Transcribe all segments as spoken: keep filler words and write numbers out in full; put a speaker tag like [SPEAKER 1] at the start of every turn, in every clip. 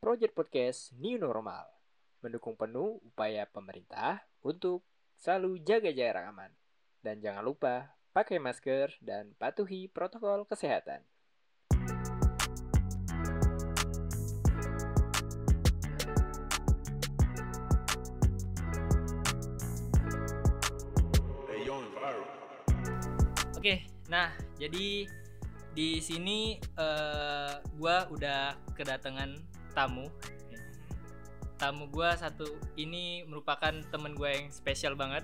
[SPEAKER 1] Project Podcast New Normal, mendukung penuh upaya pemerintah untuk selalu jaga jarak aman. Dan jangan lupa pakai masker dan patuhi protokol kesehatan.
[SPEAKER 2] Oke, nah jadi di sini uh, gua udah kedatangan tamu. Tamu gua satu ini merupakan temen gua yang spesial banget.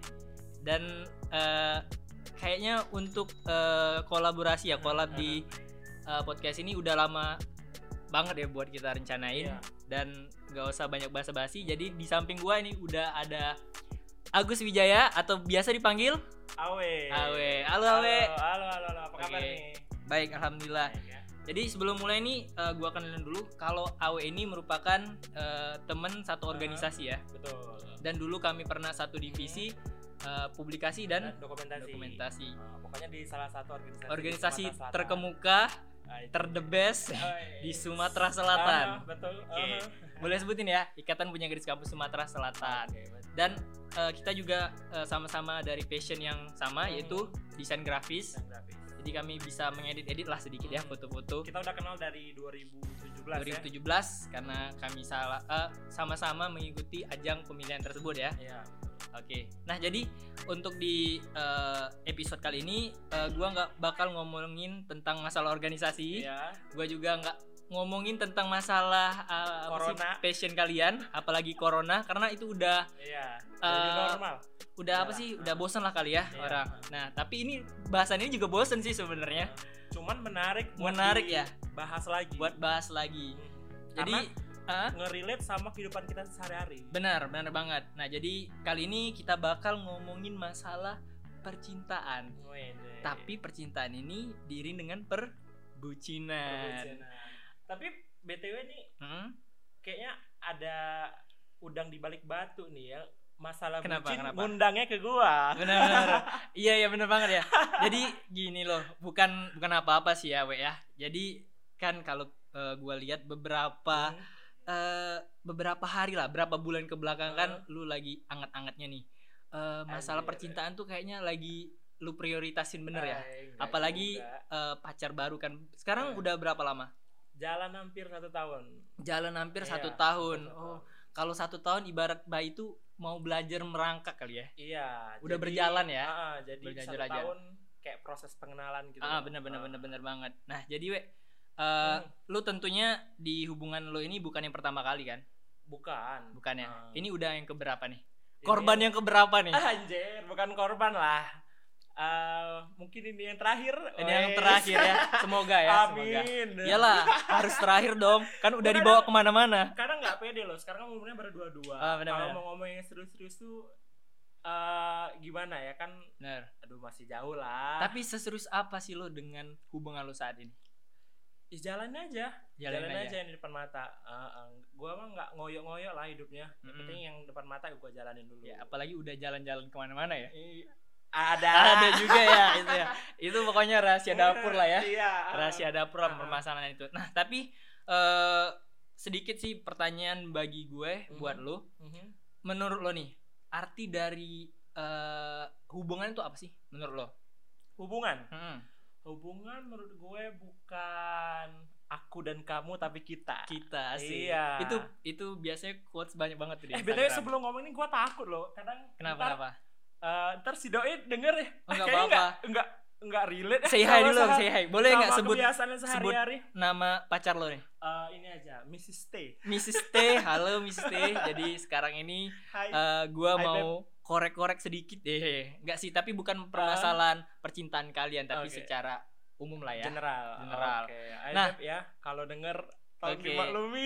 [SPEAKER 2] Dan uh, kayaknya untuk uh, kolaborasi ya, kolab di uh, podcast ini udah lama banget ya buat kita rencanain. Yeah. Dan gak usah banyak basa-basi. Jadi di samping gua ini udah ada Agus Wijaya atau biasa dipanggil
[SPEAKER 3] Awe.
[SPEAKER 2] Awe. Halo Awe.
[SPEAKER 3] Halo, halo, halo. Apa kabar
[SPEAKER 2] okay.
[SPEAKER 3] nih?
[SPEAKER 2] Baik, alhamdulillah. Baik, ya. Jadi sebelum mulai ini uh, gua kenalin dulu kalau Awe ini merupakan uh, teman satu organisasi ya.
[SPEAKER 3] Betul.
[SPEAKER 2] Dan dulu kami pernah satu divisi uh, publikasi dan,
[SPEAKER 3] dan dokumentasi.
[SPEAKER 2] dokumentasi.
[SPEAKER 3] Uh, pokoknya di salah satu organisasi.
[SPEAKER 2] Organisasi terkemuka, ter the best di Sumatera Selatan.
[SPEAKER 3] Uh, betul.
[SPEAKER 2] Oke. Okay. Uh-huh. Boleh sebutin ya, Ikatan Punya Gadis Kampus Sumatera Selatan. Okay, dan uh, kita juga uh, sama-sama dari passion yang sama, hmm. yaitu desain grafis.
[SPEAKER 3] Desain grafis.
[SPEAKER 2] Jadi kami bisa mengedit-edit lah sedikit hmm. ya foto-foto.
[SPEAKER 3] Kita udah kenal dari dua ribu tujuh belas
[SPEAKER 2] dua ribu tujuh belas ya? Karena kami salah, uh, sama-sama mengikuti ajang pemilihan tersebut ya.
[SPEAKER 3] Iya.
[SPEAKER 2] Oke. Okay. Nah jadi untuk di uh, episode kali ini uh, gue nggak bakal ngomongin tentang masalah organisasi.
[SPEAKER 3] Iya.
[SPEAKER 2] Gue juga nggak ngomongin tentang masalah uh,
[SPEAKER 3] corona,
[SPEAKER 2] passion kalian, apalagi corona, karena itu udah
[SPEAKER 3] iya,
[SPEAKER 2] uh,
[SPEAKER 3] normal.
[SPEAKER 2] Udah Yalah. apa sih? Udah bosan lah kali ya iya. orang. Nah tapi ini bahasan ini juga bosan sih sebenarnya.
[SPEAKER 3] Cuman menarik. Buat
[SPEAKER 2] menarik ya.
[SPEAKER 3] Bahas lagi.
[SPEAKER 2] Buat bahas lagi. Hmm. Jadi
[SPEAKER 3] uh, nge-relate sama kehidupan kita sehari-hari.
[SPEAKER 2] Benar, benar banget. Nah jadi kali ini kita bakal ngomongin masalah percintaan.
[SPEAKER 3] Wede.
[SPEAKER 2] Tapi percintaan ini diiring dengan perbucinan.
[SPEAKER 3] Perbucinan. Tapi B T W nih, hmm? kayaknya ada udang di balik batu nih ya. Masalah
[SPEAKER 2] kenapa,
[SPEAKER 3] bucin
[SPEAKER 2] kenapa?
[SPEAKER 3] Ngundangnya ke gua.
[SPEAKER 2] Benar-benar. Iya, iya benar banget ya. Jadi gini loh, bukan bukan apa-apa sih ya, We ya. Jadi kan kalau uh, gua lihat beberapa hmm. uh, beberapa hari lah, berapa bulan ke belakang kan hmm. lu lagi anget-angetnya nih. Uh, masalah Anjir. percintaan tuh kayaknya lagi lu prioritasin bener ya.
[SPEAKER 3] Ay,
[SPEAKER 2] Apalagi uh, pacar baru kan. Sekarang hmm. udah berapa lama?
[SPEAKER 3] Jalan hampir satu tahun.
[SPEAKER 2] Jalan hampir yeah, satu tahun. Oh, kalau satu tahun ibarat bayi itu mau belajar merangkak kali ya?
[SPEAKER 3] Iya.
[SPEAKER 2] Udah jadi, berjalan ya?
[SPEAKER 3] Uh, jadi
[SPEAKER 2] Berjalan
[SPEAKER 3] satu tahun kayak proses pengenalan gitu.
[SPEAKER 2] Ah, benar-benar uh. benar-benar banget. Nah, jadi we, uh, hmm. lu tentunya di hubungan lu ini bukan yang pertama kali kan?
[SPEAKER 3] Bukan.
[SPEAKER 2] Bukan ya.
[SPEAKER 3] Uh.
[SPEAKER 2] Ini udah yang keberapa nih? Korban ini yang keberapa nih?
[SPEAKER 3] Anjir, bukan korban lah. Uh, mungkin ini yang terakhir.
[SPEAKER 2] Ini Wee. yang terakhir ya. Semoga ya.
[SPEAKER 3] Amin.
[SPEAKER 2] Semoga. Iyalah, harus terakhir dong. Kan udah dibawa kemana-mana.
[SPEAKER 3] Karena nggak pede loh. Sekarang umurnya baru dua puluh dua.
[SPEAKER 2] Ah,
[SPEAKER 3] kalau mau ngomong yang serius-serius tuh uh, gimana ya kan?
[SPEAKER 2] Bener.
[SPEAKER 3] Aduh masih jauh lah.
[SPEAKER 2] Tapi seserius apa sih lo dengan hubungan lo saat ini?
[SPEAKER 3] Ya, jalan aja.
[SPEAKER 2] Jalan,
[SPEAKER 3] jalan
[SPEAKER 2] aja.
[SPEAKER 3] aja yang di depan mata. Uh, uh, gua mah nggak ngoyo-ngoyo lah hidupnya. Yang
[SPEAKER 2] mm-hmm.
[SPEAKER 3] penting yang depan mata gua jalanin dulu.
[SPEAKER 2] Ya apalagi udah jalan-jalan kemana-mana ya.
[SPEAKER 3] I- Ada
[SPEAKER 2] ada juga ya itu ya. Itu pokoknya rahasia dapur lah ya.
[SPEAKER 3] Iya.
[SPEAKER 2] Rahasia dapur lah permasalahan itu. Nah, tapi uh, sedikit sih pertanyaan bagi gue mm-hmm. buat lo. Mm-hmm. Menurut lo nih, arti dari uh, hubungan itu apa sih menurut lo?
[SPEAKER 3] Hubungan?
[SPEAKER 2] Hmm.
[SPEAKER 3] Hubungan menurut gue bukan aku dan kamu tapi kita.
[SPEAKER 2] Kita sih.
[SPEAKER 3] Iya.
[SPEAKER 2] Itu itu biasanya quotes banyak banget tuh di
[SPEAKER 3] Instagram. Eh, B T W sebelum ngomong ini gue takut loh. Kadang
[SPEAKER 2] Kenapa
[SPEAKER 3] ntar,
[SPEAKER 2] kenapa?
[SPEAKER 3] Uh, ntar si doi denger ya.
[SPEAKER 2] Enggak apa-apa.
[SPEAKER 3] Enggak enggak enggak relate.
[SPEAKER 2] Say hi dulu, say hi. Boleh enggak sebut sebut nama pacar lo nih?
[SPEAKER 3] Uh, ini aja, missus T.
[SPEAKER 2] missus T, halo missus T. Jadi sekarang ini uh, gua hi, mau babe. korek-korek sedikit deh. Enggak sih, tapi bukan permasalahan uh, percintaan kalian, tapi okay. secara umum lah ya.
[SPEAKER 3] General.
[SPEAKER 2] General.
[SPEAKER 3] Oke. Okay.
[SPEAKER 2] Nah,
[SPEAKER 3] ya, kalau denger tolong
[SPEAKER 2] okay.
[SPEAKER 3] dimaklumi.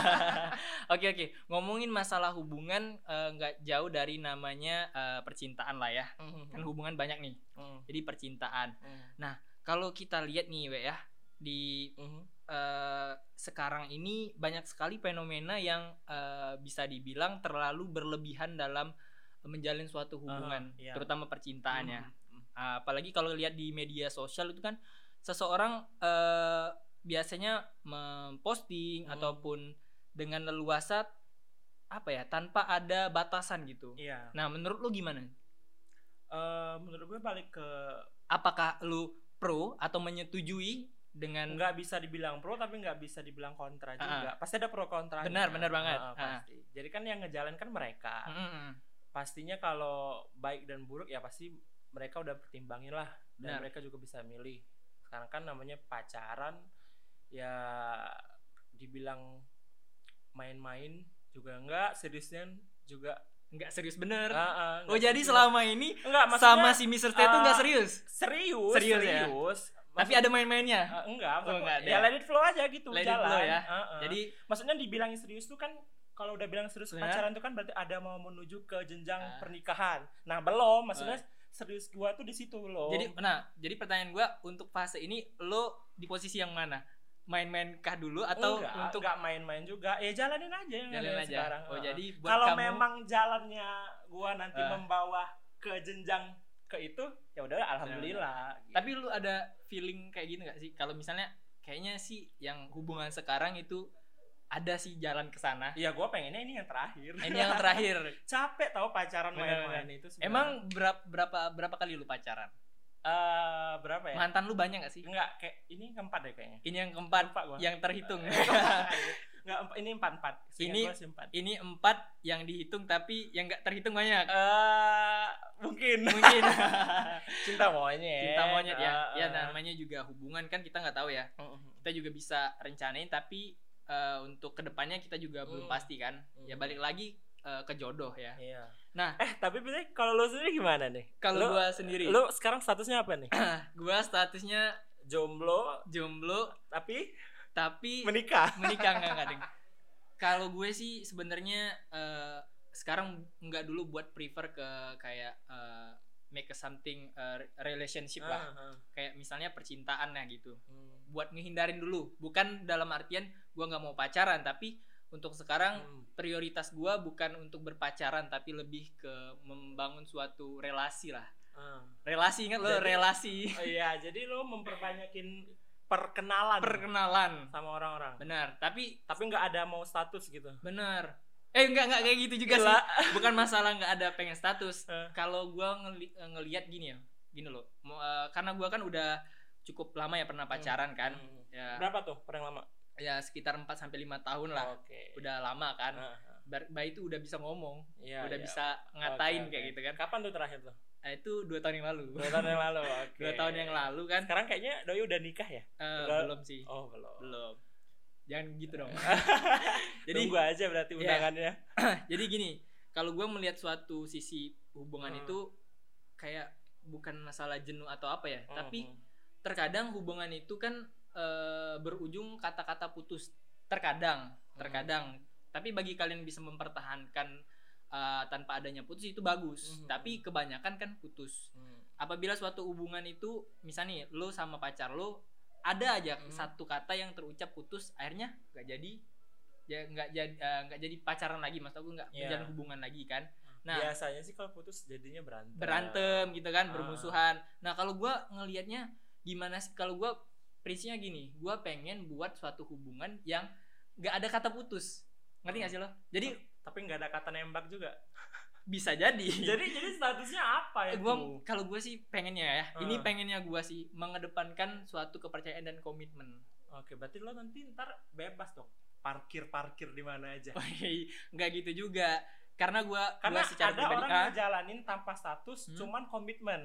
[SPEAKER 2] Oke oke. Ngomongin masalah hubungan nggak uh, jauh dari namanya uh, percintaan lah ya. Mm-hmm. Kan hubungan banyak nih. Mm. Jadi percintaan. Mm. Nah, kalau kita lihat nih, We ya, di mm-hmm. uh, sekarang ini banyak sekali fenomena yang uh, bisa dibilang terlalu berlebihan dalam menjalin suatu hubungan, uh, yeah. terutama percintaannya. Mm-hmm. Uh, apalagi kalau lihat di media sosial itu kan seseorang uh, biasanya memposting hmm. ataupun dengan leluasa apa ya, tanpa ada batasan gitu.
[SPEAKER 3] Iya.
[SPEAKER 2] Nah, menurut lu gimana?
[SPEAKER 3] Uh, menurut gue balik ke
[SPEAKER 2] apakah lu pro atau menyetujui dengan
[SPEAKER 3] nggak bisa dibilang pro tapi nggak bisa dibilang kontra juga.
[SPEAKER 2] Uh-uh.
[SPEAKER 3] Pasti ada pro kontranya.
[SPEAKER 2] Benar, benar banget.
[SPEAKER 3] Uh, pasti. Uh. Jadi kan yang ngejalankan mereka.
[SPEAKER 2] Uh-uh.
[SPEAKER 3] Pastinya kalau baik dan buruk ya pasti mereka udah pertimbangin lah dan
[SPEAKER 2] benar.
[SPEAKER 3] mereka juga bisa milih. Sekarang kan namanya pacaran ya dibilang main-main juga enggak, seriusnya juga
[SPEAKER 2] enggak serius bener.
[SPEAKER 3] Uh, uh,
[SPEAKER 2] oh jadi selama ini
[SPEAKER 3] enggak,
[SPEAKER 2] sama si mister T itu enggak serius?
[SPEAKER 3] Serius,
[SPEAKER 2] serius,
[SPEAKER 3] serius.
[SPEAKER 2] Ya?
[SPEAKER 3] Maksud,
[SPEAKER 2] tapi ada main-mainnya?
[SPEAKER 3] Uh, enggak,
[SPEAKER 2] oh, enggak
[SPEAKER 3] ya let it flow aja gitu,
[SPEAKER 2] let
[SPEAKER 3] jalan.
[SPEAKER 2] It flow ya.
[SPEAKER 3] Uh, uh.
[SPEAKER 2] Jadi
[SPEAKER 3] maksudnya dibilangin serius tuh kan kalau udah bilang serius
[SPEAKER 2] bener?
[SPEAKER 3] Pacaran tuh kan berarti ada mau menuju ke jenjang uh. pernikahan. Nah, belum, maksudnya uh. serius gua tuh di situ loh.
[SPEAKER 2] Jadi nah, jadi pertanyaan gua untuk fase ini lo di posisi yang mana? Main-main kah dulu atau
[SPEAKER 3] enggak,
[SPEAKER 2] untuk
[SPEAKER 3] enggak main-main juga? Ya jalanin aja yang
[SPEAKER 2] jalanin aja.
[SPEAKER 3] Sekarang.
[SPEAKER 2] Oh, uh. jadi buat
[SPEAKER 3] kalau
[SPEAKER 2] kamu
[SPEAKER 3] memang jalannya gua nanti uh. membawa ke jenjang ke itu, ya udah alhamdulillah.
[SPEAKER 2] Gitu. Tapi lu ada feeling kayak gini enggak sih? Kalau misalnya kayaknya sih yang hubungan sekarang itu ada sih jalan ke sana.
[SPEAKER 3] Iya, gua pengennya ini yang terakhir.
[SPEAKER 2] Ini yang terakhir.
[SPEAKER 3] Capek tau pacaran main-main itu sebenernya.
[SPEAKER 2] Emang berapa berapa berapa kali lu pacaran?
[SPEAKER 3] Uh, berapa ya?
[SPEAKER 2] Mantan lu banyak gak sih?
[SPEAKER 3] Enggak, kayak ini keempat deh kayaknya.
[SPEAKER 2] Ini yang keempat, yang terhitung.
[SPEAKER 3] Enggak, ini empat empat.
[SPEAKER 2] Ini empat. Ini empat yang dihitung tapi yang enggak terhitung banyak.
[SPEAKER 3] Uh, mungkin.
[SPEAKER 2] Mungkin.
[SPEAKER 3] Cinta monyet.
[SPEAKER 2] Cinta monyet ya.
[SPEAKER 3] Uh, uh.
[SPEAKER 2] Ya namanya juga hubungan kan kita nggak tahu ya. Uh, uh. Kita juga bisa rencanain tapi uh, untuk kedepannya kita juga uh. belum pasti kan. Uh. Ya balik lagi uh, ke jodoh ya.
[SPEAKER 3] Iya.
[SPEAKER 2] Nah,
[SPEAKER 3] eh tapi biasanya kalau lo sendiri gimana nih?
[SPEAKER 2] Kalau gua sendiri.
[SPEAKER 3] Lo sekarang statusnya apa nih?
[SPEAKER 2] Gua statusnya
[SPEAKER 3] jomblo,
[SPEAKER 2] jomblo
[SPEAKER 3] tapi
[SPEAKER 2] tapi
[SPEAKER 3] menikah.
[SPEAKER 2] Menikah enggak enggak deng. Kalau gue sih sebenarnya uh, sekarang enggak dulu buat prefer ke kayak uh, make a something uh, relationship lah. Uh-huh. Kayak misalnya percintaan ya gitu. Hmm. Buat ngehindarin dulu, bukan dalam artian gua enggak mau pacaran tapi untuk sekarang hmm. prioritas gue bukan untuk berpacaran tapi lebih ke membangun suatu relasi lah. Hmm. Relasi ingat lo relasi.
[SPEAKER 3] Oh iya, jadi lo memperbanyakin perkenalan.
[SPEAKER 2] Perkenalan
[SPEAKER 3] sama orang-orang.
[SPEAKER 2] Benar, tapi
[SPEAKER 3] tapi nggak ada mau status gitu.
[SPEAKER 2] Benar. Eh enggak enggak kayak gitu juga Gila. Sih. Bukan masalah nggak ada pengen status. Hmm. Kalau gue ngeli- ngelihat gini ya, gini loh. Uh, karena gue kan udah cukup lama ya pernah pacaran hmm. kan.
[SPEAKER 3] Hmm.
[SPEAKER 2] Ya.
[SPEAKER 3] Berapa tuh paling lama?
[SPEAKER 2] Ya sekitar empat sampai lima tahun lah.
[SPEAKER 3] Okay.
[SPEAKER 2] Udah lama kan.
[SPEAKER 3] Uh-huh.
[SPEAKER 2] Bayi itu udah bisa ngomong.
[SPEAKER 3] Ya,
[SPEAKER 2] udah
[SPEAKER 3] ya.
[SPEAKER 2] bisa ngatain okay,
[SPEAKER 3] okay.
[SPEAKER 2] kayak gitu kan.
[SPEAKER 3] Kapan tuh terakhir tuh?
[SPEAKER 2] Nah, itu dua tahun yang lalu.
[SPEAKER 3] Dua tahun yang lalu. Oke. Okay.
[SPEAKER 2] Dua tahun yang lalu kan.
[SPEAKER 3] Sekarang kayaknya doi udah nikah ya?
[SPEAKER 2] Uh,
[SPEAKER 3] udah...
[SPEAKER 2] belum sih.
[SPEAKER 3] Oh, belum.
[SPEAKER 2] Belum. Jangan gitu dong. Jadi
[SPEAKER 3] tunggu aja berarti undangannya.
[SPEAKER 2] Ya. Jadi gini, kalau gue melihat suatu sisi hubungan hmm. itu kayak bukan masalah jenuh atau apa ya, hmm. tapi terkadang hubungan itu kan uh, berujung kata-kata putus. Terkadang, terkadang. Hmm. Tapi bagi kalian bisa mempertahankan uh, tanpa adanya putus itu bagus. Hmm. Tapi kebanyakan kan putus. Hmm. Apabila suatu hubungan itu, misalnya nih, lo sama pacar lo ada aja hmm. satu kata yang terucap putus, akhirnya nggak jadi, ya nggak jadi nggak uh, jadi pacaran lagi, mas aku nggak yeah. menjalin hubungan lagi kan. Nah
[SPEAKER 3] biasanya sih kalau putus jadinya berantem.
[SPEAKER 2] Berantem gitu kan, ah. bermusuhan. Nah kalau gue ngelihatnya gimana sih? Kalau gue prinsipnya gini, gue pengen buat suatu hubungan yang nggak ada kata putus, ngerti nggak sih lo? Jadi
[SPEAKER 3] tapi nggak ada kata nembak juga.
[SPEAKER 2] Bisa jadi.
[SPEAKER 3] jadi jadi statusnya apa ya?
[SPEAKER 2] Gua kalau gue sih pengennya ya, uh. ini pengennya gue sih mengedepankan suatu kepercayaan dan komitmen.
[SPEAKER 3] Oke, berarti lo nanti ntar bebas dong, parkir parkir di mana aja.
[SPEAKER 2] Nggak gitu juga, karena gue
[SPEAKER 3] karena
[SPEAKER 2] gua secara
[SPEAKER 3] ada
[SPEAKER 2] pribadi,
[SPEAKER 3] orang
[SPEAKER 2] ah,
[SPEAKER 3] ngejalanin tanpa status, hmm? cuman komitmen.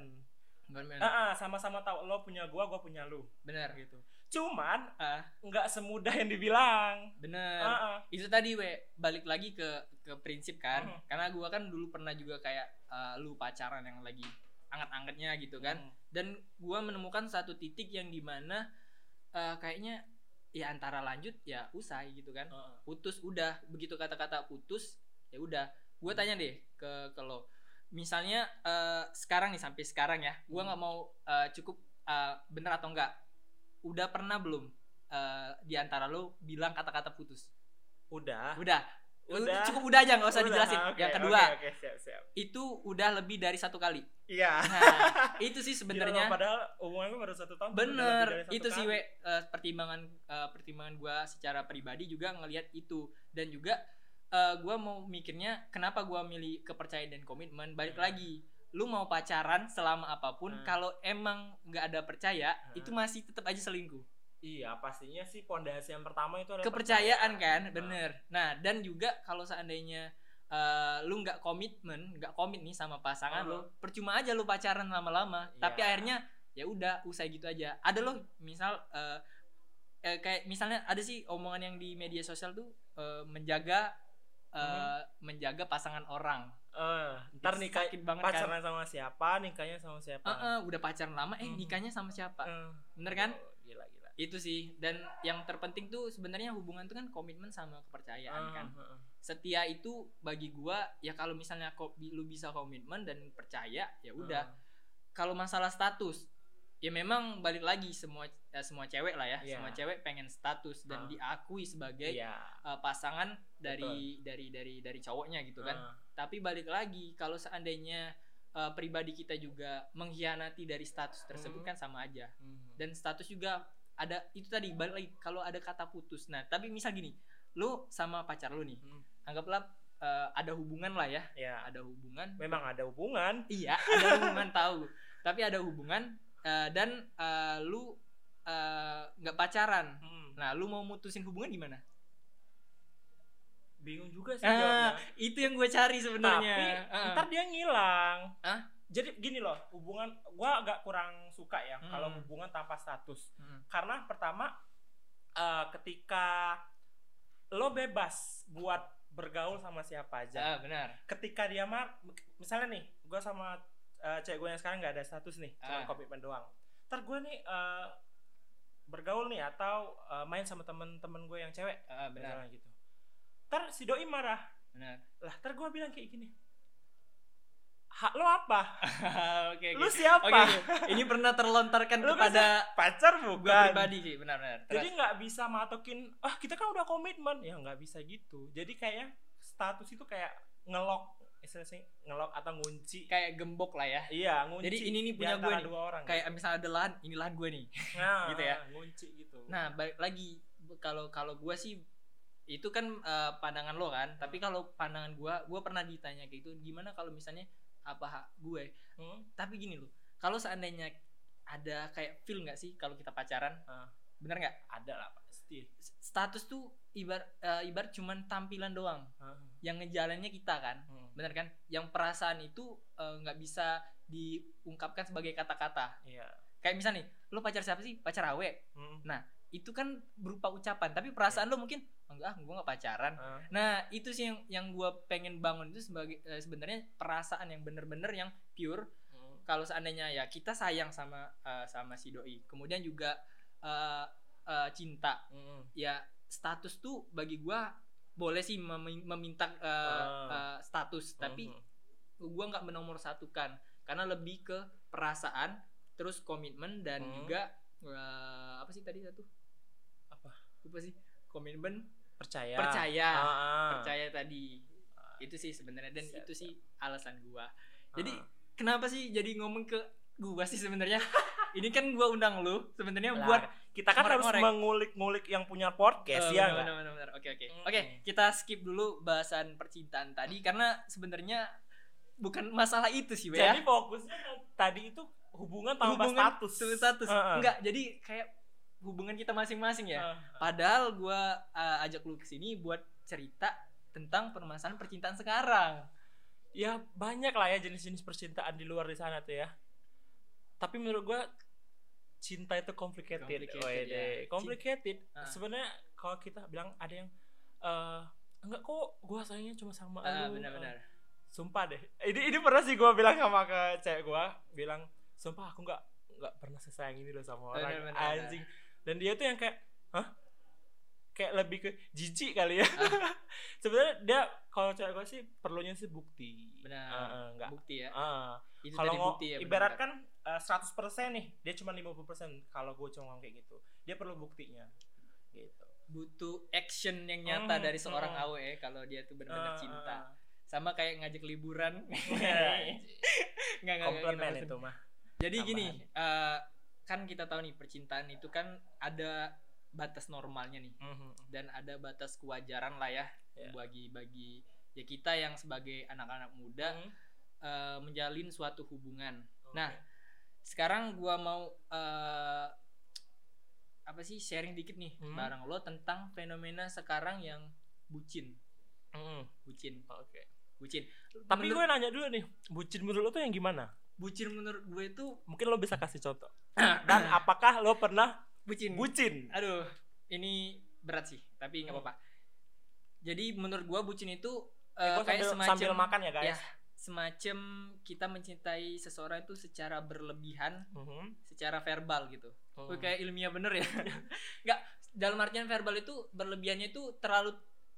[SPEAKER 3] Uh-uh, sama-sama tahu lo punya gua, gua punya lu.
[SPEAKER 2] Benar
[SPEAKER 3] gitu. Cuman
[SPEAKER 2] uh.
[SPEAKER 3] nggak semudah yang dibilang.
[SPEAKER 2] Bener.
[SPEAKER 3] Uh-uh.
[SPEAKER 2] Itu tadi we balik lagi ke ke prinsip kan. Uh-huh. Karena gua kan dulu pernah juga kayak uh, lu pacaran yang lagi anget-angetnya gitu kan. Uh-huh. Dan gua menemukan satu titik yang dimana uh, kayaknya ya antara lanjut ya usai gitu kan. Uh-huh. Putus udah, begitu kata-kata putus ya udah. Gua tanya deh ke ke lo. Misalnya uh, sekarang nih sampai sekarang ya, gue nggak mau uh, cukup uh, bener atau enggak. Udah pernah belum uh, di antara lo bilang kata-kata putus?
[SPEAKER 3] Udah.
[SPEAKER 2] Udah.
[SPEAKER 3] Udah.
[SPEAKER 2] Cukup udah aja nggak usah
[SPEAKER 3] Udah,
[SPEAKER 2] dijelasin.
[SPEAKER 3] okay,
[SPEAKER 2] Yang kedua,
[SPEAKER 3] okay, okay, siap, siap.
[SPEAKER 2] itu udah lebih dari satu kali.
[SPEAKER 3] Iya.
[SPEAKER 2] Nah, itu sih sebenarnya.
[SPEAKER 3] Padahal hubungan gue baru satu tahun.
[SPEAKER 2] Bener, itu sih we uh, pertimbangan uh, pertimbangan gue secara pribadi juga ngelihat itu, dan juga uh, gue mau mikirnya kenapa gue milih kepercayaan dan komitmen. Balik hmm. lagi, lu mau pacaran selama apapun, hmm. kalau emang nggak ada percaya, hmm. itu masih tetap aja selingkuh.
[SPEAKER 3] Iya, pastinya sih pondasi yang pertama itu adalah
[SPEAKER 2] kepercayaan kan, nah. Bener. Nah, dan juga kalau seandainya uh, lu nggak komitmen, nggak komit nih sama pasangan uh. lu, percuma aja lu pacaran lama-lama. Yeah. Tapi akhirnya ya udah usai gitu aja. Ada loh, misal uh, eh, kayak misalnya ada sih omongan yang di media sosial tuh uh, menjaga uh, hmm. menjaga pasangan orang.
[SPEAKER 3] Uh, ntar nikah pacaran kan? Sama siapa, nikahnya sama siapa?
[SPEAKER 2] Uh, uh, udah pacaran lama, eh nikahnya sama siapa? Uh. Bener kan?
[SPEAKER 3] Oh, gila, gila.
[SPEAKER 2] Itu sih, dan yang terpenting tuh sebenarnya hubungan tuh kan komitmen sama kepercayaan uh, kan. Uh, uh. Setia itu bagi gua ya kalau misalnya ko- lu bisa komitmen dan percaya ya udah. Uh. Kalau masalah status ya memang balik lagi semua ya, semua cewek lah ya, yeah. Semua cewek pengen status dan uh. diakui sebagai yeah. uh, pasangan dari, dari dari dari cowoknya gitu kan. Uh. Tapi balik lagi kalau seandainya uh, pribadi kita juga mengkhianati dari status tersebut uh. kan sama aja. Uh. Dan status juga ada itu tadi balik lagi kalau ada kata putus. Nah, tapi misal gini, lu sama pacar lu nih, hmm. anggaplah uh, ada hubungan lah ya.
[SPEAKER 3] Ya,
[SPEAKER 2] ada hubungan.
[SPEAKER 3] Memang ada hubungan.
[SPEAKER 2] Iya, ada hubungan tahu. Tapi ada hubungan uh, dan uh, lu nggak uh, pacaran. Hmm. Nah, lu mau mutusin hubungan gimana?
[SPEAKER 3] Bingung juga sih
[SPEAKER 2] ah,
[SPEAKER 3] jawabnya.
[SPEAKER 2] Itu yang gue cari sebenarnya.
[SPEAKER 3] Tapi uh. ntar dia ngilang.
[SPEAKER 2] Ah?
[SPEAKER 3] Jadi gini loh, hubungan gue agak kurang suka ya hmm. kalau hubungan tanpa status. Hmm. Karena pertama uh, ketika lo bebas buat bergaul sama siapa aja.
[SPEAKER 2] Ah, benar.
[SPEAKER 3] Ketika dia mar, misalnya nih, gue sama uh, cewek gue yang sekarang nggak ada status nih, cuma ah. komitmen doang. Ntar gue nih uh, bergaul nih atau uh, main sama temen-temen gue yang cewek,
[SPEAKER 2] ah, benar
[SPEAKER 3] gitu. Ntar si doi marah.
[SPEAKER 2] Benar.
[SPEAKER 3] Lah, ntar gue bilang kayak gini. Hak lo apa?
[SPEAKER 2] Oke,
[SPEAKER 3] lu siapa?
[SPEAKER 2] Okay, okay. Ini pernah terlontarkan
[SPEAKER 3] lu
[SPEAKER 2] kepada
[SPEAKER 3] pacar bukan?
[SPEAKER 2] Gue pribadi sih, benar-benar.
[SPEAKER 3] Jadi nggak bisa matokin, ah kita kan udah komitmen, ya nggak bisa gitu. Jadi kayak status itu kayak ngelok, istilahnya ngelok atau ngunci.
[SPEAKER 2] Kayak gembok lah ya.
[SPEAKER 3] Iya, ngunci.
[SPEAKER 2] Jadi ini nih punya gue nih.
[SPEAKER 3] Dua orang,
[SPEAKER 2] kayak
[SPEAKER 3] gitu.
[SPEAKER 2] Misalnya ada lahan, ini lahan gue nih.
[SPEAKER 3] Nah,
[SPEAKER 2] gitu ya.
[SPEAKER 3] Ngunci gitu.
[SPEAKER 2] Nah, balik lagi kalau kalau gue sih itu kan uh, pandangan lo kan. Hmm. Tapi kalau pandangan gue, gue pernah ditanya kayak gitu. Gimana kalau misalnya apa hak gue hmm? Tapi gini loh, kalau seandainya ada kayak feel nggak sih kalau kita pacaran, uh, bener nggak?
[SPEAKER 3] Ada lah pasti.
[SPEAKER 2] Status tuh ibarat uh, ibarat cuman tampilan doang, uh. yang ngejalannya kita kan, hmm. bener kan? Yang perasaan itu nggak uh, bisa diungkapkan sebagai kata-kata.
[SPEAKER 3] Yeah.
[SPEAKER 2] Kayak misalnya nih, lo pacar siapa sih? Pacar awe. Hmm. Nah itu kan berupa ucapan, tapi perasaan yeah. lo mungkin enggak, gue nggak pacaran. Uh. Nah itu sih yang yang gue pengen bangun itu sebagai e, sebenarnya perasaan yang bener-bener yang pure. Uh. Kalau seandainya ya kita sayang sama uh, sama si doi, kemudian juga uh, uh, cinta, uh. ya status tuh bagi gue boleh sih mem- meminta uh, uh. Uh, status, uh. tapi gue nggak menomorsatukan karena lebih ke perasaan, terus komitmen dan uh. juga uh, apa sih tadi satu?
[SPEAKER 3] Apa?
[SPEAKER 2] Apa sih? Komitmen,
[SPEAKER 3] percaya
[SPEAKER 2] percaya
[SPEAKER 3] ah.
[SPEAKER 2] percaya tadi ah. Itu sih sebenarnya, dan siap, itu siap. Sih alasan gua. Jadi ah. kenapa sih jadi ngomong ke gua sih sebenarnya? Ini kan gua undang lu sebenarnya buat
[SPEAKER 3] kita kan harus mengulik-ngulik yang punya podcast. Oh, ya
[SPEAKER 2] benar, benar, benar. Oke oke mm. Oke, kita skip dulu bahasan percintaan tadi karena sebenarnya bukan masalah itu sih, ya.
[SPEAKER 3] Jadi fokusnya tadi itu hubungan tanpa
[SPEAKER 2] hubungan
[SPEAKER 3] status.
[SPEAKER 2] status.
[SPEAKER 3] Uh-uh.
[SPEAKER 2] Enggak, jadi kayak hubungan kita masing-masing ya. Uh, Padahal gue uh, ajak lu kesini buat cerita tentang permasalahan percintaan sekarang.
[SPEAKER 3] Ya banyak lah ya jenis-jenis percintaan di luar di sana tuh ya. Tapi menurut gue cinta itu complicated. Complicated. Oh, ya. Complicated. Uh. Sebenarnya kalau kita bilang ada yang uh, enggak kok gue sayangnya cuma sama
[SPEAKER 2] uh,
[SPEAKER 3] lu.
[SPEAKER 2] Benar-benar.
[SPEAKER 3] Sumpah deh. Ini ini pernah sih gue bilang sama ke cewek gue, bilang sumpah aku nggak nggak pernah sesayang ini loh sama orang. Bener, bener, anjing bener. Dan dia tuh yang kayak hah kayak lebih ke jijik kali ya. ah. Sebenarnya dia kalau cewek gue sih perlunya sih bukti.
[SPEAKER 2] Benar.
[SPEAKER 3] Uh, enggak
[SPEAKER 2] bukti ya.
[SPEAKER 3] Uh,
[SPEAKER 2] itu
[SPEAKER 3] kalau mau
[SPEAKER 2] bukti ya,
[SPEAKER 3] ibarat kan uh, seratus persen nih dia cuma lima puluh persen. Kalau gue cuma ngomong kayak gitu dia perlu buktinya gitu.
[SPEAKER 2] butuh action yang nyata
[SPEAKER 3] Hmm,
[SPEAKER 2] dari seorang
[SPEAKER 3] hmm.
[SPEAKER 2] A W E kalau dia tuh benar-benar
[SPEAKER 3] Ah,
[SPEAKER 2] cinta.
[SPEAKER 3] ah.
[SPEAKER 2] Sama kayak ngajak liburan.
[SPEAKER 3] Iya.
[SPEAKER 2] Nggak, nggak,
[SPEAKER 3] Komplement
[SPEAKER 2] nggak,
[SPEAKER 3] itu mah.
[SPEAKER 2] Jadi
[SPEAKER 3] Tambahan.
[SPEAKER 2] gini, uh, kan kita tahu nih percintaan itu kan ada batas normalnya nih,
[SPEAKER 3] Mhm.
[SPEAKER 2] dan ada batas kewajaran lah ya,
[SPEAKER 3] Ya.
[SPEAKER 2] bagi bagi ya kita yang sebagai anak-anak muda
[SPEAKER 3] Mhm.
[SPEAKER 2] uh, menjalin suatu hubungan.
[SPEAKER 3] Oke.
[SPEAKER 2] Nah, sekarang gua mau uh, apa sih sharing dikit nih
[SPEAKER 3] Hmm.
[SPEAKER 2] bareng lo tentang fenomena sekarang yang bucin,
[SPEAKER 3] Mhm.
[SPEAKER 2] bucin,
[SPEAKER 3] Oke.
[SPEAKER 2] bucin.
[SPEAKER 3] Tapi
[SPEAKER 2] Menur-
[SPEAKER 3] gue nanya dulu nih, bucin menurut lo tuh yang gimana?
[SPEAKER 2] bucin menurut gue itu
[SPEAKER 3] Mungkin lo bisa kasih contoh. Dan apakah lo pernah
[SPEAKER 2] bucin.
[SPEAKER 3] bucin?
[SPEAKER 2] Aduh, ini berat sih, tapi nggak
[SPEAKER 3] Hmm.
[SPEAKER 2] apa-apa. Jadi menurut gua bucin itu
[SPEAKER 3] Eh,
[SPEAKER 2] uh,
[SPEAKER 3] gue
[SPEAKER 2] kayak
[SPEAKER 3] sambil,
[SPEAKER 2] semacam
[SPEAKER 3] sambil makan ya guys.
[SPEAKER 2] ya, semacam kita mencintai seseorang itu secara berlebihan,
[SPEAKER 3] Mhm.
[SPEAKER 2] secara verbal gitu.
[SPEAKER 3] Mhm.
[SPEAKER 2] Wih, kayak ilmiah bener ya. Nggak, dalam artian verbal itu berlebihannya itu terlalu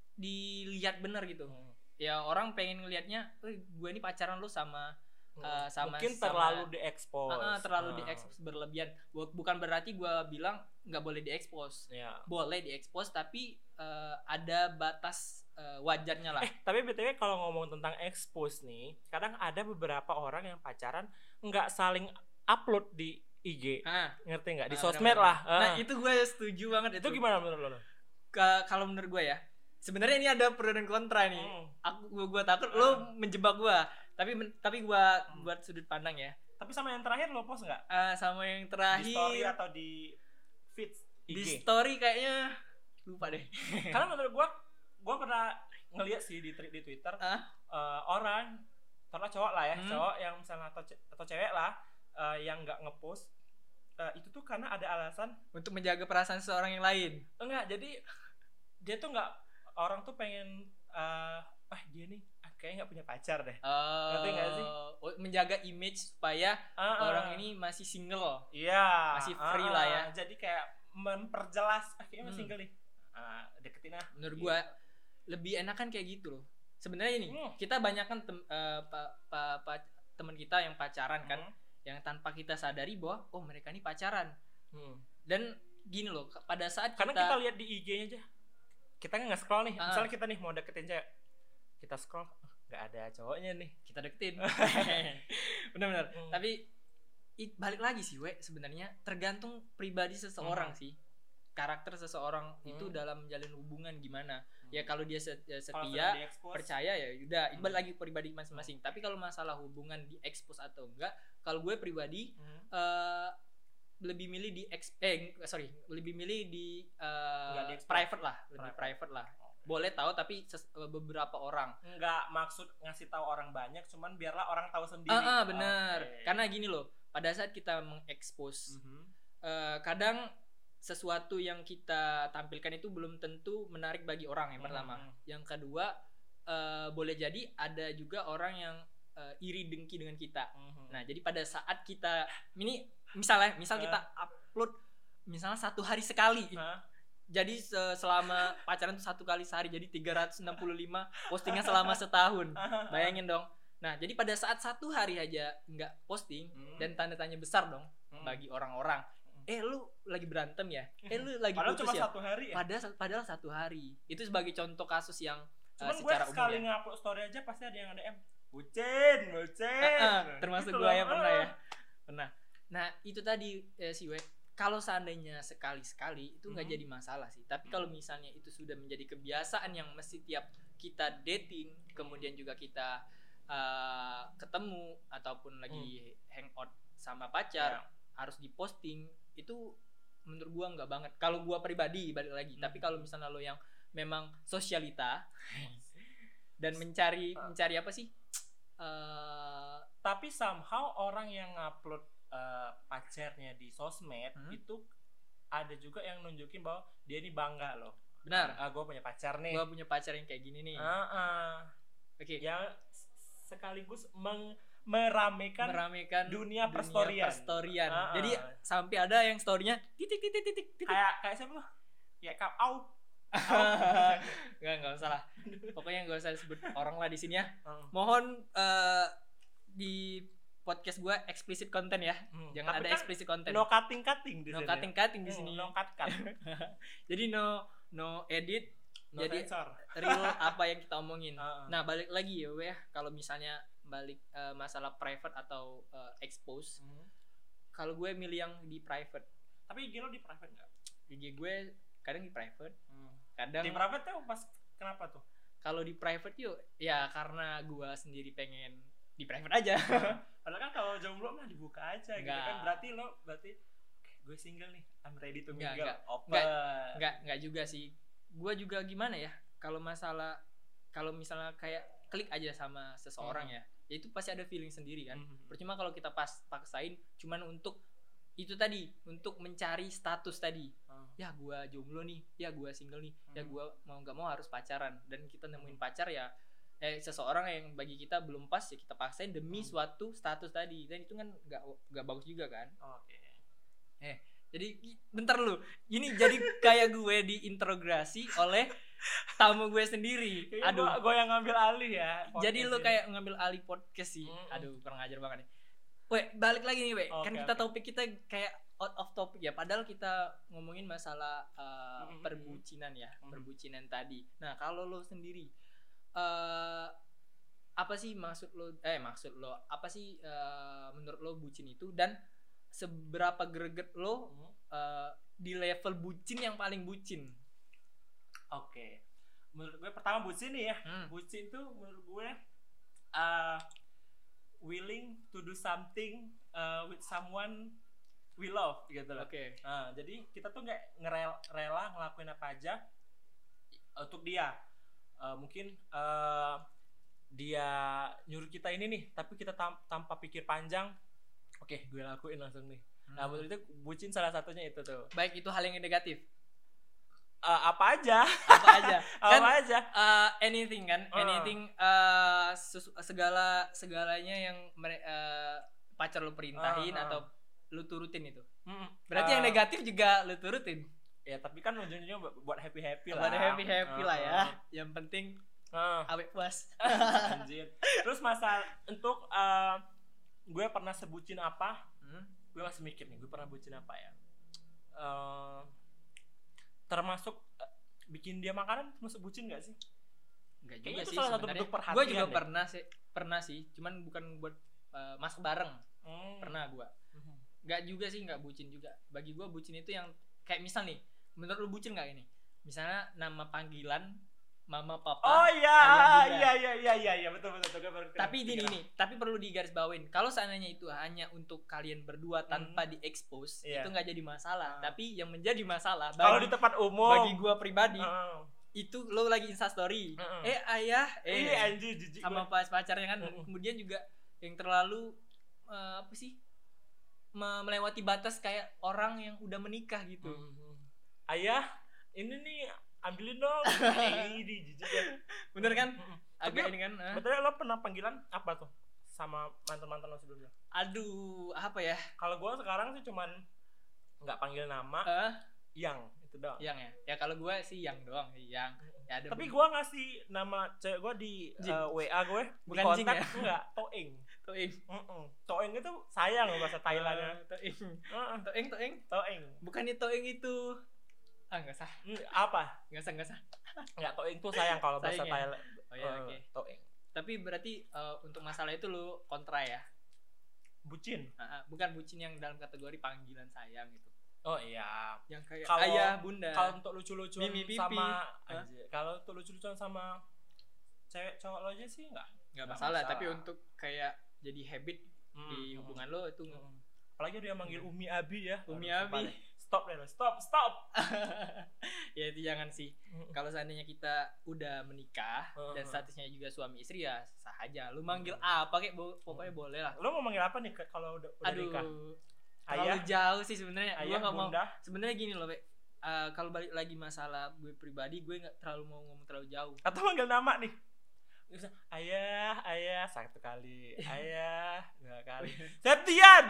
[SPEAKER 2] dilihat bener gitu.
[SPEAKER 3] Mhm.
[SPEAKER 2] Ya orang pengen ngelihatnya, "Wih, gue ini pacaran lu sama uh, sama
[SPEAKER 3] Mungkin
[SPEAKER 2] sama-
[SPEAKER 3] terlalu diekspos.
[SPEAKER 2] uh, uh, terlalu
[SPEAKER 3] Ah.
[SPEAKER 2] diekspos berlebihan." Bu- Bukan berarti gua bilang nggak boleh diekspos.
[SPEAKER 3] Ya.
[SPEAKER 2] Boleh diekspos tapi uh, ada batas uh, wajarnya lah.
[SPEAKER 3] Eh, tapi B T W kalau ngomong tentang expose nih, kadang ada beberapa orang yang pacaran nggak saling upload di I G.
[SPEAKER 2] Ah,
[SPEAKER 3] Ngerti nggak? Di
[SPEAKER 2] ah,
[SPEAKER 3] sosmed
[SPEAKER 2] benar-benar.
[SPEAKER 3] lah.
[SPEAKER 2] Nah,
[SPEAKER 3] Ah.
[SPEAKER 2] itu gue setuju banget
[SPEAKER 3] itu
[SPEAKER 2] itu.
[SPEAKER 3] gimana menurut lo?
[SPEAKER 2] Ka- kalau menurut gue ya, sebenarnya ini ada pro dan kontra nih.
[SPEAKER 3] Hmm.
[SPEAKER 2] Aku gua, gua takut
[SPEAKER 3] Ah.
[SPEAKER 2] lo menjebak gua. Tapi men- tapi gua
[SPEAKER 3] Hmm.
[SPEAKER 2] buat sudut pandang ya.
[SPEAKER 3] Tapi sama yang terakhir lo post nggak?
[SPEAKER 2] Ah, sama yang
[SPEAKER 3] Di
[SPEAKER 2] terakhir
[SPEAKER 3] story atau di feed I
[SPEAKER 2] di
[SPEAKER 3] G?
[SPEAKER 2] story kayaknya lupa deh.
[SPEAKER 3] Karena menurut gua, gua pernah ngeliat sih di, tri- di Twitter
[SPEAKER 2] Ah?
[SPEAKER 3] eh, orang, karena cowok lah ya,
[SPEAKER 2] Hmm.
[SPEAKER 3] cowok yang misalnya atau, ce- atau cewek lah eh, yang nggak ngepost eh, itu tuh karena ada alasan
[SPEAKER 2] Untuk menjaga perasaan seseorang yang lain.
[SPEAKER 3] enggak, jadi dia tuh nggak, orang tuh pengen eh ah dia nih ah, kayaknya nggak punya pacar deh.
[SPEAKER 2] Oh,
[SPEAKER 3] Ngerti nggak sih?
[SPEAKER 2] menjaga image supaya
[SPEAKER 3] Ah, ah.
[SPEAKER 2] orang ini masih single.
[SPEAKER 3] iya
[SPEAKER 2] masih free
[SPEAKER 3] ah,
[SPEAKER 2] lah
[SPEAKER 3] ah.
[SPEAKER 2] ya.
[SPEAKER 3] Jadi kayak memperjelas ah, kayaknya masih
[SPEAKER 2] Hmm.
[SPEAKER 3] single nih. Ah, deketin ah.
[SPEAKER 2] Menurut
[SPEAKER 3] Gitu.
[SPEAKER 2] gua lebih enakan kayak gitu loh. Sebenarnya ini
[SPEAKER 3] Hmm.
[SPEAKER 2] kita banyak kan tem, eh, pa- pa- pa- teman kita yang pacaran kan,
[SPEAKER 3] Hmm.
[SPEAKER 2] yang tanpa kita sadari bahwa oh mereka ini pacaran.
[SPEAKER 3] Hmm.
[SPEAKER 2] Dan gini loh, ke- pada saat
[SPEAKER 3] Karena
[SPEAKER 2] kita,
[SPEAKER 3] kita lihat di I G-nya aja, kita nggak nge-scroll nih.
[SPEAKER 2] Ah.
[SPEAKER 3] Misalnya kita nih mau deketin cewek, kita scroll, "Ah, nggak ada cowoknya nih.
[SPEAKER 2] kita deketin. Benar-benar.
[SPEAKER 3] Hmm.
[SPEAKER 2] Tapi i- balik lagi sih, we sebenarnya tergantung pribadi seseorang
[SPEAKER 3] Hmm.
[SPEAKER 2] sih. Karakter seseorang itu
[SPEAKER 3] Hmm.
[SPEAKER 2] dalam menjalin hubungan gimana. Ya kalau dia set- ya
[SPEAKER 3] Kalau
[SPEAKER 2] setia,
[SPEAKER 3] sudah di-expose,
[SPEAKER 2] percaya ya udah, itu
[SPEAKER 3] Hmm.
[SPEAKER 2] balik lagi pribadi masing-masing. Tapi kalau masalah hubungan diekspos atau enggak, kalau gue pribadi
[SPEAKER 3] hmm,
[SPEAKER 2] eh lebih milih di ex eh sorry lebih milih di eh,
[SPEAKER 3] Nggak di-expose.
[SPEAKER 2] private lah, lebih
[SPEAKER 3] Private.
[SPEAKER 2] private lah. Boleh tahu tapi ses- beberapa orang.
[SPEAKER 3] nggak maksud ngasih tahu orang banyak, cuman biarlah orang tahu sendiri.
[SPEAKER 2] Ah, ah benar.
[SPEAKER 3] Oke.
[SPEAKER 2] Karena gini loh, pada saat kita mengekspos
[SPEAKER 3] Mhm.
[SPEAKER 2] eh, kadang sesuatu yang kita tampilkan itu belum tentu menarik bagi orang yang pertama.
[SPEAKER 3] Mhm.
[SPEAKER 2] Yang kedua eh, boleh jadi ada juga orang yang eh, iri dengki dengan kita.
[SPEAKER 3] Mhm.
[SPEAKER 2] Nah, jadi pada saat kita ini misalnya, misal
[SPEAKER 3] Eh.
[SPEAKER 2] kita upload misalnya satu hari sekali.
[SPEAKER 3] Hah?
[SPEAKER 2] Jadi se- selama pacaran tuh satu kali sehari, jadi tiga ratus enam puluh lima postingan selama setahun. Bayangin dong. Nah, jadi pada saat satu hari aja nggak posting
[SPEAKER 3] Hmm.
[SPEAKER 2] dan tanda tanya besar dong
[SPEAKER 3] Hmm.
[SPEAKER 2] bagi orang-orang. Eh lu lagi berantem ya? Eh lu lagi
[SPEAKER 3] Padahal
[SPEAKER 2] putus
[SPEAKER 3] cuma
[SPEAKER 2] ya?
[SPEAKER 3] satu hari ya.
[SPEAKER 2] Padahal padahal satu hari. Itu sebagai contoh kasus yang uh,
[SPEAKER 3] Cuman gue
[SPEAKER 2] secara umum
[SPEAKER 3] sekali
[SPEAKER 2] ya.
[SPEAKER 3] ngupload story aja pasti ada yang ada M. Bucin, bucin.
[SPEAKER 2] Ah, ah, termasuk
[SPEAKER 3] Gitu
[SPEAKER 2] gue
[SPEAKER 3] loh.
[SPEAKER 2] ya pernah ya.
[SPEAKER 3] Ah.
[SPEAKER 2] Pernah. Nah, itu tadi eh, si We, kalau seandainya sekali-sekali itu nggak
[SPEAKER 3] Mhm.
[SPEAKER 2] jadi masalah sih. Tapi kalau misalnya itu sudah menjadi kebiasaan yang mesti tiap kita dating, kemudian juga kita uh, ketemu ataupun lagi hangout sama pacar,
[SPEAKER 3] Ya.
[SPEAKER 2] harus diposting, itu menurut gua nggak banget. Kalau gua pribadi balik lagi.
[SPEAKER 3] Hmm.
[SPEAKER 2] Tapi kalau misalnya lo yang memang sosialita dan mencari mencari apa sih? Eh,
[SPEAKER 3] Tapi somehow orang yang ngupload eh, pacarnya di sosmed
[SPEAKER 2] Hmm.
[SPEAKER 3] itu ada juga yang nunjukin bahwa dia ini bangga loh.
[SPEAKER 2] benar.
[SPEAKER 3] Ah, gue punya pacar nih.
[SPEAKER 2] Gua punya pacar yang kayak gini nih.
[SPEAKER 3] Ah, ah.
[SPEAKER 2] Oke.
[SPEAKER 3] Yang s- sekaligus meng- meramaikan
[SPEAKER 2] Meramaikan
[SPEAKER 3] dunia perstorian.
[SPEAKER 2] perstorian.
[SPEAKER 3] Ah, ah.
[SPEAKER 2] Jadi sampai ada yang story-nya titik titik titik titik.
[SPEAKER 3] kayak kayak siapa tuh? Ya kau au.
[SPEAKER 2] Enggak, enggak usah lah. Pokoknya enggak usah sebut orang lah di sini ya.
[SPEAKER 3] Hmm.
[SPEAKER 2] Mohon eh, di podcast gua eksplisit konten ya.
[SPEAKER 3] Hmm.
[SPEAKER 2] Jangan
[SPEAKER 3] Tapi
[SPEAKER 2] ada
[SPEAKER 3] kan
[SPEAKER 2] eksplisit konten.
[SPEAKER 3] no cutting cutting di
[SPEAKER 2] No
[SPEAKER 3] sini.
[SPEAKER 2] cutting-cutting di
[SPEAKER 3] Hmm,
[SPEAKER 2] sini.
[SPEAKER 3] no cut cut.
[SPEAKER 2] Jadi no no edit.
[SPEAKER 3] No
[SPEAKER 2] Jadi
[SPEAKER 3] sensor.
[SPEAKER 2] real apa yang kita omongin.
[SPEAKER 3] Uh-uh.
[SPEAKER 2] Nah, balik lagi ya, weh, kalau misalnya balik uh, masalah private atau uh, expose.
[SPEAKER 3] Hmm.
[SPEAKER 2] Kalau gue milih yang di private.
[SPEAKER 3] Tapi I G lo di private enggak?
[SPEAKER 2] I G gue kadang di private.
[SPEAKER 3] Hmm.
[SPEAKER 2] Kadang
[SPEAKER 3] Di private tuh pas kenapa tuh?
[SPEAKER 2] kalau di private yuk ya karena gue sendiri pengen di private aja.
[SPEAKER 3] Padahal kan kalau jomblo mah dibuka aja gitu
[SPEAKER 2] Enggak.
[SPEAKER 3] kan. Berarti lo berarti okay, gue single nih. I'm ready to
[SPEAKER 2] Enggak,
[SPEAKER 3] mingle.
[SPEAKER 2] enggak.
[SPEAKER 3] Open.
[SPEAKER 2] Enggak, enggak, enggak juga sih. Gue juga gimana ya? Kalau masalah kalau misalnya kayak klik aja sama seseorang
[SPEAKER 3] Hmm.
[SPEAKER 2] ya, ya itu pasti ada feeling sendiri kan.
[SPEAKER 3] Hmm.
[SPEAKER 2] Percuma kalau kita pas paksain cuman untuk itu tadi, untuk mencari status tadi.
[SPEAKER 3] Hmm.
[SPEAKER 2] Ya gue jomblo nih, ya gue single nih, ya
[SPEAKER 3] Hmm.
[SPEAKER 2] gue mau nggak mau harus pacaran. Dan kita nemuin
[SPEAKER 3] Hmm.
[SPEAKER 2] pacar ya eh seseorang yang bagi kita belum pas ya kita paksain demi
[SPEAKER 3] Hmm.
[SPEAKER 2] suatu status tadi. Dan itu kan nggak nggak bagus juga kan.
[SPEAKER 3] Oke.
[SPEAKER 2] Eh, jadi bentar lu. Ini jadi kayak gue diinterogasi oleh tamu gue sendiri.
[SPEAKER 3] Kayaknya
[SPEAKER 2] Aduh.
[SPEAKER 3] gua, gua yang ngambil alih ya.
[SPEAKER 2] Jadi
[SPEAKER 3] podcast
[SPEAKER 2] lu
[SPEAKER 3] ini.
[SPEAKER 2] kayak ngambil alih podcast sih.
[SPEAKER 3] Mm-mm.
[SPEAKER 2] Aduh, kurang ajar banget nih. Weh, balik lagi nih, weh. Kan
[SPEAKER 3] Oke,
[SPEAKER 2] kita
[SPEAKER 3] oke.
[SPEAKER 2] topik kita kayak out of topic ya. Padahal kita ngomongin masalah uh,
[SPEAKER 3] Mm-mm.
[SPEAKER 2] perbucinan ya,
[SPEAKER 3] Mm.
[SPEAKER 2] perbucinan tadi. Nah, kalau lo sendiri uh, apa sih maksud lo eh maksud lo apa sih uh, menurut lo bucin itu dan seberapa greget lo
[SPEAKER 3] Hmm.
[SPEAKER 2] uh, di level bucin yang paling bucin?
[SPEAKER 3] Oke. Menurut gue pertama bucin nih ya.
[SPEAKER 2] Hmm.
[SPEAKER 3] Bucin tuh menurut gue uh, willing to do something uh, with someone we love gitu loh.
[SPEAKER 2] Oke.
[SPEAKER 3] Nah, jadi kita tuh nggak ngerel- rela ngelakuin apa aja untuk dia. Uh, mungkin uh, dia nyuruh kita ini nih, tapi kita tam- tanpa pikir panjang, oke, gue lakuin langsung nih. Nah,
[SPEAKER 2] Hmm.
[SPEAKER 3] menurut itu bucin salah satunya itu tuh.
[SPEAKER 2] Baik itu hal yang negatif.
[SPEAKER 3] Uh, apa aja?
[SPEAKER 2] Apa aja? Kan
[SPEAKER 3] apa aja?
[SPEAKER 2] uh, anything kan,
[SPEAKER 3] Uh.
[SPEAKER 2] anything uh, sesu- segala segalanya yang mere- uh, pacar lu perintahin
[SPEAKER 3] Uh, uh.
[SPEAKER 2] atau lu turutin itu.
[SPEAKER 3] Mm,
[SPEAKER 2] Berarti
[SPEAKER 3] uh,
[SPEAKER 2] yang negatif juga lu turutin.
[SPEAKER 3] Ya tapi kan ujung-ujungnya bu- buat happy happy lah.
[SPEAKER 2] Buat happy happy lah ya.
[SPEAKER 3] Uh,
[SPEAKER 2] Yang penting
[SPEAKER 3] uh,
[SPEAKER 2] awet puas.
[SPEAKER 3] anjir. Terus masa untuk uh, gue pernah sebutin apa?
[SPEAKER 2] Hmm?
[SPEAKER 3] Gue masih mikir nih, gue pernah bucin apa ya? Uh, termasuk uh, bikin dia makanan termasuk bucin gak sih?
[SPEAKER 2] Enggak
[SPEAKER 3] Kayaknya
[SPEAKER 2] juga
[SPEAKER 3] itu
[SPEAKER 2] sih
[SPEAKER 3] salah satu
[SPEAKER 2] sebenarnya.
[SPEAKER 3] bentuk perhatian
[SPEAKER 2] Gue juga
[SPEAKER 3] deh.
[SPEAKER 2] pernah sih, pernah sih, cuman bukan buat uh, masak bareng.
[SPEAKER 3] Hmm.
[SPEAKER 2] Pernah gua.
[SPEAKER 3] Mhm.
[SPEAKER 2] Enggak juga sih, enggak bucin juga. Bagi gua bucin itu yang kayak misal nih, menurut lu bucin enggak ini? Misalnya nama panggilan mama papa.
[SPEAKER 3] Oh iya,
[SPEAKER 2] ayah, bunda.
[SPEAKER 3] iya iya iya iya iya betul betul. Gue baru
[SPEAKER 2] Tapi ini
[SPEAKER 3] kepikiran.
[SPEAKER 2] nih, tapi perlu digarisbawain. Kalau seandainya itu hanya untuk kalian berdua tanpa
[SPEAKER 3] Hmm.
[SPEAKER 2] diekspos,
[SPEAKER 3] Iya.
[SPEAKER 2] itu nggak jadi masalah.
[SPEAKER 3] Ah.
[SPEAKER 2] Tapi yang menjadi masalah
[SPEAKER 3] kalau
[SPEAKER 2] bagi,
[SPEAKER 3] di tempat umum
[SPEAKER 2] bagi gua pribadi,
[SPEAKER 3] uh,
[SPEAKER 2] itu lo lagi Insta story.
[SPEAKER 3] uh,
[SPEAKER 2] Eh ayah,
[SPEAKER 3] eh
[SPEAKER 2] eh
[SPEAKER 3] anjir jijik
[SPEAKER 2] sama
[SPEAKER 3] gue.
[SPEAKER 2] pas pacarnya kan.
[SPEAKER 3] Mm-mm.
[SPEAKER 2] Kemudian juga yang terlalu eh, apa sih? Me- melewati batas kayak orang yang udah menikah gitu.
[SPEAKER 3] Mhm. Ayah, ini nih ambilin dong. Eh, ini jijik ya.
[SPEAKER 2] Bener kan?
[SPEAKER 3] Mhm.
[SPEAKER 2] Agak
[SPEAKER 3] Tapi-
[SPEAKER 2] ini kan. eh.
[SPEAKER 3] Betulnya lo pernah panggilan apa tuh sama mantan-mantan lo sebelumnya?
[SPEAKER 2] Aduh, apa ya?
[SPEAKER 3] Kalau gue sekarang sih cuman nggak panggil nama,
[SPEAKER 2] Eh,
[SPEAKER 3] yang itu doang.
[SPEAKER 2] yang ya. Ya kalau gue sih yang doang, yang. Ya, ada
[SPEAKER 3] Tapi
[SPEAKER 2] ben-
[SPEAKER 3] gue ngasih nama cewek gue di
[SPEAKER 2] Jing.
[SPEAKER 3] uh, W A gue di
[SPEAKER 2] Bukan Jing
[SPEAKER 3] kontak
[SPEAKER 2] ya?
[SPEAKER 3] enggak, Toeng.
[SPEAKER 2] Toeng.
[SPEAKER 3] Mm-mm. Toeng itu sayang loh bahasa Thailandnya.
[SPEAKER 2] Eh, Toeng.
[SPEAKER 3] Heeh,
[SPEAKER 2] Toeng, Toeng.
[SPEAKER 3] Toeng.
[SPEAKER 2] Bukannya Toeng itu ah nggak sah,
[SPEAKER 3] Hmm, apa?
[SPEAKER 2] nggak sah, nggak sah.
[SPEAKER 3] Enggak, Toeng tuh sayang kalau bahasa
[SPEAKER 2] Sayang ya?
[SPEAKER 3] Thailand.
[SPEAKER 2] Oh ya,
[SPEAKER 3] Eh,
[SPEAKER 2] oke.
[SPEAKER 3] Toeng.
[SPEAKER 2] Tapi berarti eh, untuk masalah itu lu kontra ya?
[SPEAKER 3] Bucin.
[SPEAKER 2] Ah, ah, bukan bucin yang dalam kategori panggilan sayang gitu.
[SPEAKER 3] Oh iya.
[SPEAKER 2] Yang kayak
[SPEAKER 3] Kalau-
[SPEAKER 2] ayah, bunda.
[SPEAKER 3] Kalau untuk lucu-lucuan
[SPEAKER 2] Mimi, pipi.
[SPEAKER 3] sama
[SPEAKER 2] Hah?
[SPEAKER 3] anjir, kalau untuk lucu-lucuan sama cewek cowok lo aja sih enggak.
[SPEAKER 2] nggak
[SPEAKER 3] nggak
[SPEAKER 2] masalah,
[SPEAKER 3] masalah.
[SPEAKER 2] tapi untuk kayak jadi habit
[SPEAKER 3] Hmm,
[SPEAKER 2] di
[SPEAKER 3] hmm,
[SPEAKER 2] hubungan lo itu
[SPEAKER 3] hmm. Apalagi dia manggil Umi Abi ya.
[SPEAKER 2] Umi
[SPEAKER 3] Aduh,
[SPEAKER 2] Abi.
[SPEAKER 3] sumpah deh. Stop deh lo. Stop, stop.
[SPEAKER 2] ya itu jangan sih. Kalau seandainya kita udah menikah
[SPEAKER 3] Hmm.
[SPEAKER 2] dan statusnya juga suami istri ya sah aja. Lu manggil apa kayak bo- pokoknya boleh lah.
[SPEAKER 3] Lo mau manggil apa nih ke- kalau udah, udah
[SPEAKER 2] Aduh,
[SPEAKER 3] nikah?
[SPEAKER 2] terlalu
[SPEAKER 3] Ayah,
[SPEAKER 2] jauh sih sebenarnya. Gue
[SPEAKER 3] ayah,
[SPEAKER 2] nggak mau.
[SPEAKER 3] bunda.
[SPEAKER 2] Sebenarnya gini loh, Be. Uh, kalau balik lagi masalah gue pribadi, gue nggak terlalu mau ngomong terlalu jauh.
[SPEAKER 3] Atau manggil nama nih. Bisa, ayah, ayah satu kali, ayah dua kali. Septian.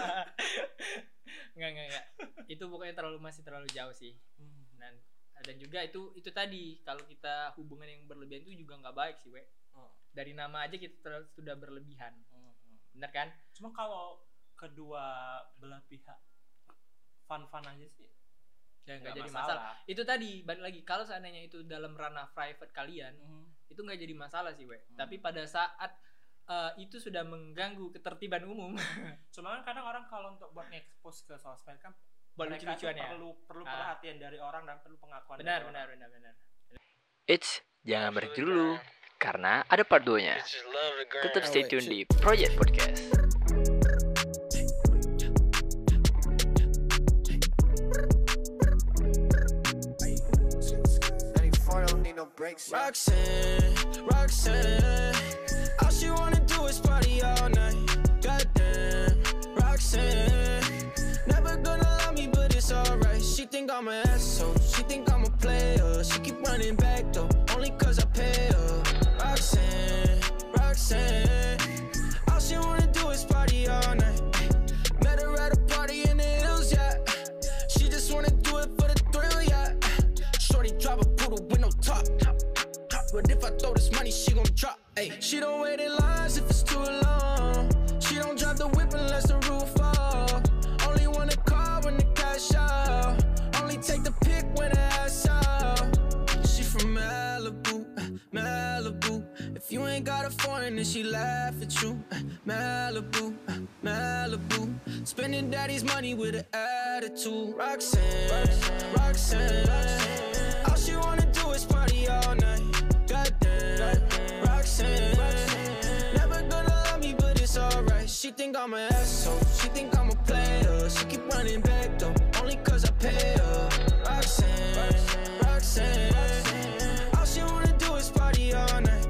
[SPEAKER 2] Nggak nggak nggak. Itu pokoknya terlalu masih terlalu jauh sih. Dan dan juga itu itu tadi kalau kita hubungan yang berlebihan itu juga nggak baik sih, we.
[SPEAKER 3] Hmm.
[SPEAKER 2] Dari nama aja kita terlalu sudah berlebihan, bener kan?
[SPEAKER 3] Cuma kalau kedua belah pihak fun-fun aja sih.
[SPEAKER 2] ya nggak jadi masalah. masalah itu tadi balik lagi kalau seandainya itu dalam ranah private kalian mm. itu nggak jadi masalah sih we mm. tapi pada saat uh, itu sudah mengganggu ketertiban umum
[SPEAKER 3] cuma kan kadang orang kalau untuk buat nge-expose ke sosmed kan
[SPEAKER 2] mereka itu
[SPEAKER 3] perlu perlu ah. perhatian dari orang dan perlu pengakuan
[SPEAKER 2] benar
[SPEAKER 3] dari
[SPEAKER 2] benar,
[SPEAKER 3] orang.
[SPEAKER 2] benar benar benar
[SPEAKER 1] It's jangan berhenti dulu karena ada part dua nya. Tetap stay tune di Project Podcast.
[SPEAKER 4] Roxanne, Roxanne, all she wanna do is party all night. Goddamn, Roxanne, never gonna love me, but it's alright. She think I'm an asshole, she think I'm a player. She keep running back though, only cause I pay her. Roxanne, Roxanne, all she wanna do is party all night. Met her at a party in the hills, yeah. She just wanna do it for the thrill, yeah. Shorty drive a poodle with no top. But if I throw this money, she gon' drop. Ay. She don't wait in lines if it's too long. She don't drive the whip unless the roof fall. Only want a car when the cash out. Only take the pic when the ass out. She from Malibu, Malibu. If you ain't got a foreign, then she laugh at you. Malibu, Malibu. Spending daddy's money with an attitude. Roxanne, Roxanne, Roxanne, Roxanne. All she wanna do is party all night. Goddamn, Roxanne, Roxanne, never gonna love me, but it's alright. She think I'm an asshole, she think I'm a player. She keep running back though, only cause I pay her. Roxanne, Roxanne, Roxanne, Roxanne, all she wanna do is party all night.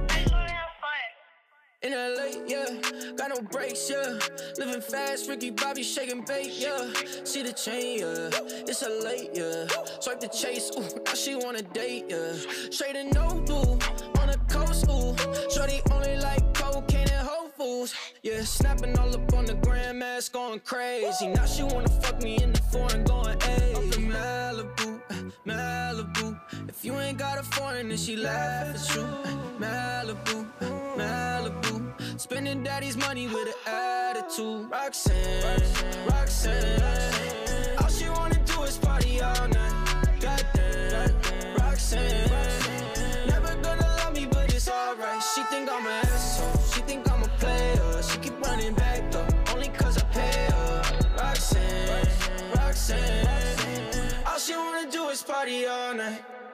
[SPEAKER 4] In L A, yeah, got no brakes, yeah. Living fast, Ricky Bobby shaking bait, yeah. See the chain, yeah, it's a late, yeah. Swipe the chase, ooh, now she wanna date, yeah. Straight and no blue, on the coast, ooh. Shorty only like cocaine and Whole Foods, yeah. Snapping all up on the grandmas, going crazy. Now she wanna fuck me in the foreign, going ayy. Up in Malibu, Malibu. If you ain't got a foreign, then she laugh at you. Malibu, Malibu. Spending daddy's money with an attitude. Roxanne, Roxanne, Roxanne, Roxanne. All she wanna do is party all night. Goddamn, Roxanne, Roxanne, never gonna love me, but it's alright. She think I'm an asshole, she think I'm a player. She keep running back though, only cause I pay her. Roxanne, Roxanne, Roxanne, all she wanna do is party all night.